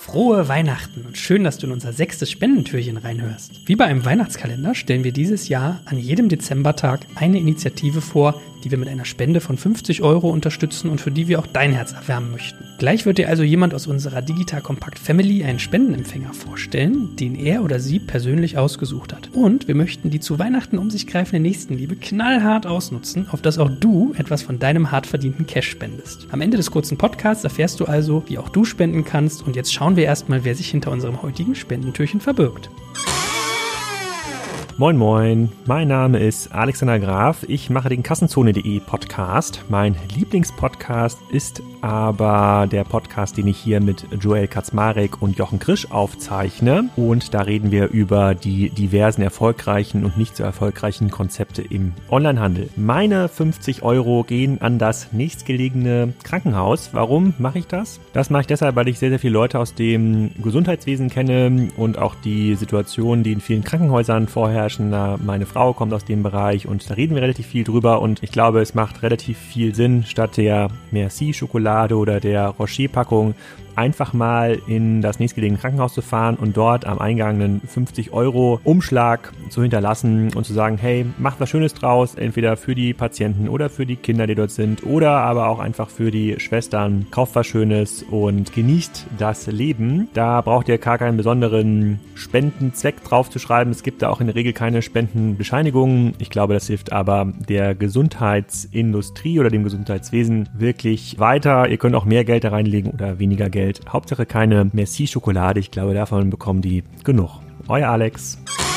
Frohe Weihnachten und schön, dass du in unser 6. Spendentürchen reinhörst. Wie bei einem Weihnachtskalender stellen wir dieses Jahr an jedem Dezembertag eine Initiative vor, die wir mit einer Spende von 50 € unterstützen und für die wir auch dein Herz erwärmen möchten. Gleich wird dir also jemand aus unserer Digital Compact Family einen Spendenempfänger vorstellen, den er oder sie persönlich ausgesucht hat. Und wir möchten die zu Weihnachten um sich greifende Nächstenliebe knallhart ausnutzen, auf dass auch du etwas von deinem hart verdienten Cash spendest. Am Ende des kurzen Podcasts erfährst du also, wie auch du spenden kannst, und jetzt schauen wir erstmal, wer sich hinter unserem heutigen Spendentürchen verbirgt. Moin moin, mein Name ist Alexander Graf, ich mache den Kassenzone.de Podcast. Mein Lieblingspodcast ist aber der Podcast, den ich hier mit Joel Kaczmarek und Jochen Krisch aufzeichne. Und da reden wir über die diversen erfolgreichen und nicht so erfolgreichen Konzepte im Onlinehandel. Meine 50 € gehen an das nächstgelegene Krankenhaus. Warum mache ich das? Das mache ich deshalb, weil ich sehr, sehr viele Leute aus dem Gesundheitswesen kenne und auch die Situation, die in vielen Krankenhäusern vorherrschen. Meine Frau kommt aus dem Bereich und da reden wir relativ viel drüber und ich glaube, es macht relativ viel Sinn, statt der Merci-Schokolade oder der Rocher-Packung einfach mal in das nächstgelegene Krankenhaus zu fahren und dort am Eingang einen 50 € Umschlag zu hinterlassen und zu sagen, hey, macht was Schönes draus, entweder für die Patienten oder für die Kinder, die dort sind, oder aber auch einfach für die Schwestern. Kauft was Schönes und genießt das Leben. Da braucht ihr gar keinen besonderen Spendenzweck drauf zu schreiben. Es gibt da auch in der Regel keine Spendenbescheinigungen. Ich glaube, das hilft aber der Gesundheitsindustrie oder dem Gesundheitswesen wirklich weiter. Ihr könnt auch mehr Geld da reinlegen oder weniger Geld. Hauptsache keine Merci-Schokolade. Ich glaube, davon bekommen die genug. Euer Alex.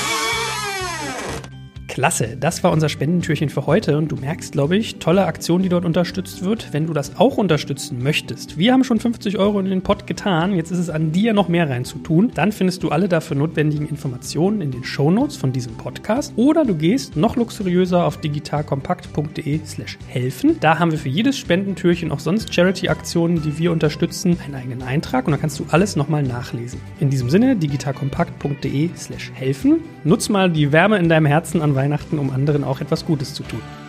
Klasse, das war unser Spendentürchen für heute und du merkst, glaube ich, tolle Aktion, die dort unterstützt wird. Wenn du das auch unterstützen möchtest, wir haben schon 50 € in den Pott getan, jetzt ist es an dir, noch mehr reinzutun, dann findest du alle dafür notwendigen Informationen in den Shownotes von diesem Podcast oder du gehst noch luxuriöser auf digitalkompakt.de/helfen. Da haben wir für jedes Spendentürchen auch sonst Charity-Aktionen, die wir unterstützen, einen eigenen Eintrag und dann kannst du alles nochmal nachlesen. In diesem Sinne, digitalkompakt.de/helfen. Nutz mal die Wärme in deinem Herzen an Weihnachten, um anderen auch etwas Gutes zu tun.